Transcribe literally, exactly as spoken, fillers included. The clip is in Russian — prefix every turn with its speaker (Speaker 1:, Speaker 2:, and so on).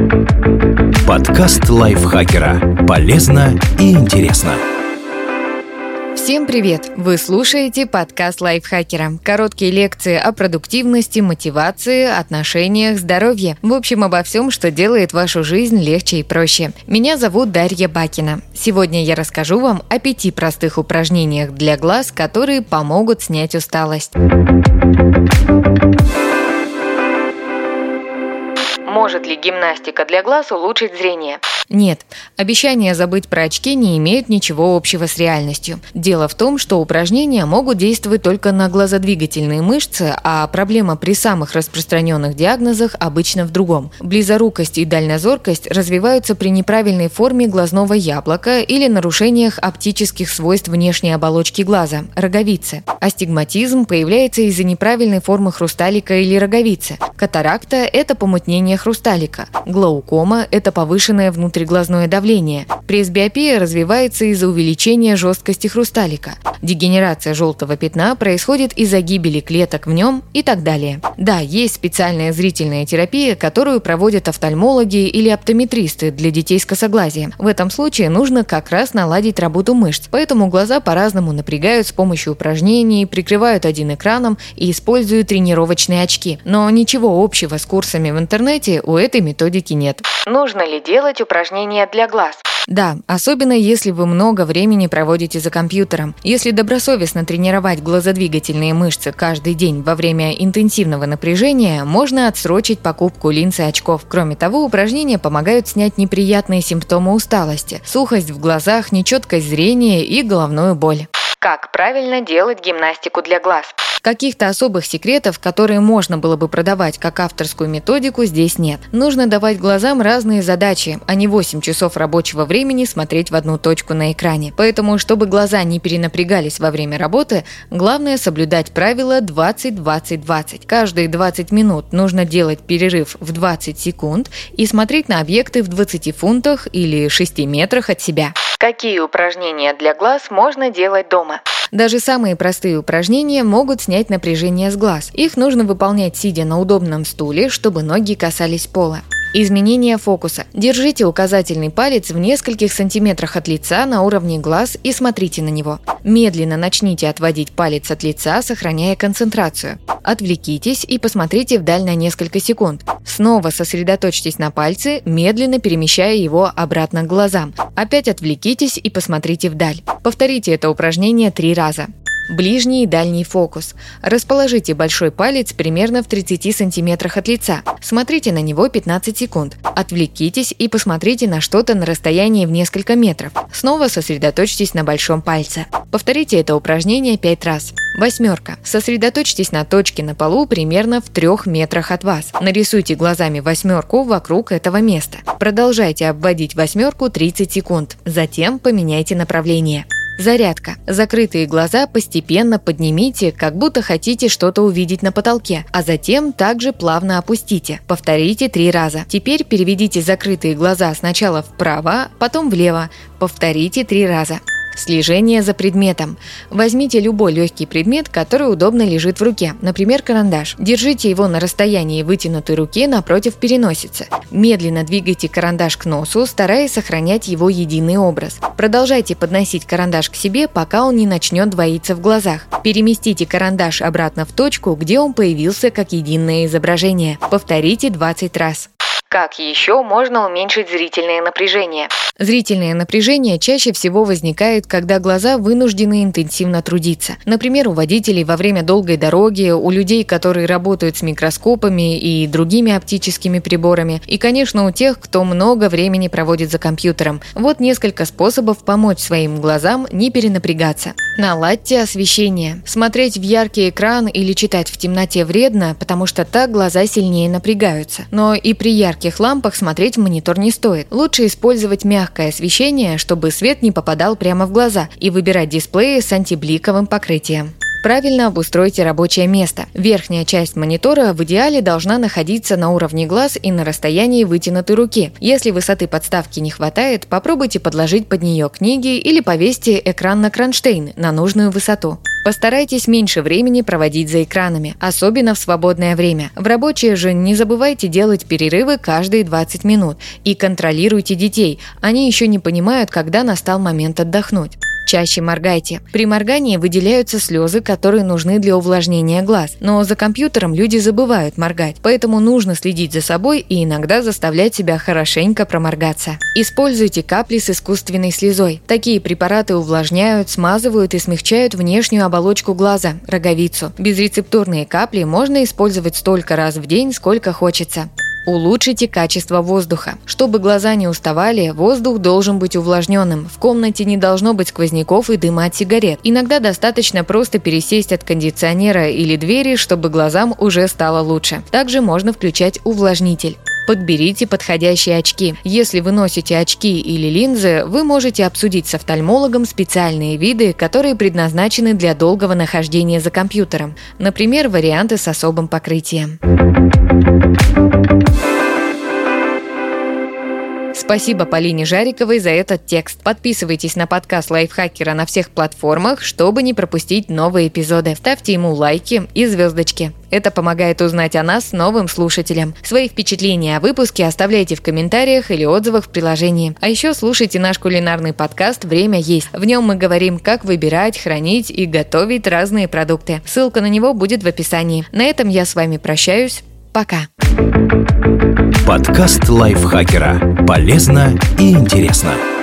Speaker 1: Подкаст лайфхакера. Полезно и интересно.
Speaker 2: Всем привет! Вы слушаете подкаст лайфхакера. Короткие лекции о продуктивности, мотивации, отношениях, здоровье. В общем, обо всем, что делает вашу жизнь легче и проще. Меня зовут Дарья Бакина. Сегодня я расскажу вам о пяти простых упражнениях для глаз, которые помогут снять усталость. Может ли гимнастика для глаз улучшить зрение? Нет, обещания забыть про очки не имеют ничего общего с реальностью. Дело в том, что упражнения могут действовать только на глазодвигательные мышцы, а проблема при самых распространенных диагнозах обычно в другом. Близорукость и дальнозоркость развиваются при неправильной форме глазного яблока или нарушениях оптических свойств внешней оболочки глаза – роговицы. Астигматизм появляется из-за неправильной формы хрусталика или роговицы. Катаракта – это помутнение хрусталика. Глаукома – это повышенное внутриглазное Внутриглазное давление. Пресбиопия развивается из-за увеличения жесткости хрусталика. Дегенерация желтого пятна происходит из-за гибели клеток в нем и так далее. Да, есть специальная зрительная терапия, которую проводят офтальмологи или оптометристы для детей с косоглазием. В этом случае нужно как раз наладить работу мышц, поэтому глаза по-разному напрягают с помощью упражнений, прикрывают один экраном и используют тренировочные очки. Но ничего общего с курсами в интернете у этой методики нет. Нужно ли делать упражнения для глаз? Да, особенно если вы много времени проводите за компьютером. Если добросовестно тренировать глазодвигательные мышцы каждый день во время интенсивного напряжения, можно отсрочить покупку линз и очков. Кроме того, упражнения помогают снять неприятные симптомы усталости: сухость в глазах, нечеткость зрения и головную боль. Как правильно делать гимнастику для глаз? Каких-то особых секретов, которые можно было бы продавать как авторскую методику, здесь нет. Нужно давать глазам разные задачи, а не восемь часов рабочего времени смотреть в одну точку на экране. Поэтому, чтобы глаза не перенапрягались во время работы, главное соблюдать правило двадцать двадцать двадцать. Каждые двадцать минут нужно делать перерыв в двадцать секунд и смотреть на объекты в двадцати фунтах или шести метрах от себя. Какие упражнения для глаз можно делать дома? Даже самые простые упражнения могут снять напряжение с глаз. Их нужно выполнять, сидя на удобном стуле, чтобы ноги касались пола. Изменение фокуса. Держите указательный палец в нескольких сантиметрах от лица на уровне глаз и смотрите на него. Медленно начните отводить палец от лица, сохраняя концентрацию. Отвлекитесь и посмотрите вдаль на несколько секунд. Снова сосредоточьтесь на пальце, медленно перемещая его обратно к глазам. Опять отвлекитесь и посмотрите вдаль. Повторите это упражнение три раза. Ближний и дальний фокус. Расположите большой палец примерно в тридцати сантиметрах от лица. Смотрите на него пятнадцать секунд. Отвлекитесь и посмотрите на что-то на расстоянии в несколько метров. Снова сосредоточьтесь на большом пальце. Повторите это упражнение пять раз. Восьмерка. Сосредоточьтесь на точке на полу примерно в трех метрах от вас. Нарисуйте глазами восьмерку вокруг этого места. Продолжайте обводить восьмерку тридцать секунд. Затем поменяйте направление. Зарядка. Закрытые глаза постепенно поднимите, как будто хотите что-то увидеть на потолке, а затем также плавно опустите. Повторите три раза. Теперь переведите закрытые глаза сначала вправо, потом влево. Повторите три раза. Слежение за предметом. Возьмите любой легкий предмет, который удобно лежит в руке, например, карандаш. Держите его на расстоянии вытянутой руки напротив переносицы. Медленно двигайте карандаш к носу, стараясь сохранять его единый образ. Продолжайте подносить карандаш к себе, пока он не начнет двоиться в глазах. Переместите карандаш обратно в точку, где он появился как единое изображение. Повторите двадцать раз. Как еще можно уменьшить зрительное напряжение? Зрительное напряжение чаще всего возникает, когда глаза вынуждены интенсивно трудиться. Например, у водителей во время долгой дороги, у людей, которые работают с микроскопами и другими оптическими приборами, и, конечно, у тех, кто много времени проводит за компьютером. Вот несколько способов помочь своим глазам не перенапрягаться. Наладьте освещение. Смотреть в яркий экран или читать в темноте вредно, потому что так глаза сильнее напрягаются. Но и при ярких лампах смотреть в монитор не стоит. Лучше использовать мягкое освещение, чтобы свет не попадал прямо в глаза, и выбирать дисплеи с антибликовым покрытием. Правильно обустройте рабочее место. Верхняя часть монитора в идеале должна находиться на уровне глаз и на расстоянии вытянутой руки. Если высоты подставки не хватает, попробуйте подложить под нее книги или повесьте экран на кронштейн на нужную высоту. Постарайтесь меньше времени проводить за экранами, особенно в свободное время. В рабочее же не забывайте делать перерывы каждые двадцать минут и контролируйте детей. Они еще не понимают, когда настал момент отдохнуть. Чаще моргайте. При моргании выделяются слезы, которые нужны для увлажнения глаз. Но за компьютером люди забывают моргать, поэтому нужно следить за собой и иногда заставлять себя хорошенько проморгаться. Используйте капли с искусственной слезой. Такие препараты увлажняют, смазывают и смягчают внешнюю оболочку глаза – роговицу. Безрецептурные капли можно использовать столько раз в день, сколько хочется. Улучшите качество воздуха. Чтобы глаза не уставали, воздух должен быть увлажненным. В комнате не должно быть сквозняков и дыма от сигарет. Иногда достаточно просто пересесть от кондиционера или двери, чтобы глазам уже стало лучше. Также можно включать увлажнитель. Подберите подходящие очки. Если вы носите очки или линзы, вы можете обсудить с офтальмологом специальные виды, которые предназначены для долгого нахождения за компьютером. Например, варианты с особым покрытием. Спасибо Полине Жариковой за этот текст. Подписывайтесь на подкаст Лайфхакера на всех платформах, чтобы не пропустить новые эпизоды. Ставьте ему лайки и звездочки. Это помогает узнать о нас новым слушателям. Свои впечатления о выпуске оставляйте в комментариях или отзывах в приложении. А еще слушайте наш кулинарный подкаст «Время есть». В нем мы говорим, как выбирать, хранить и готовить разные продукты. Ссылка на него будет в описании. На этом я с вами прощаюсь. Пока.
Speaker 1: Подкаст Лайфхакера. Полезно и интересно.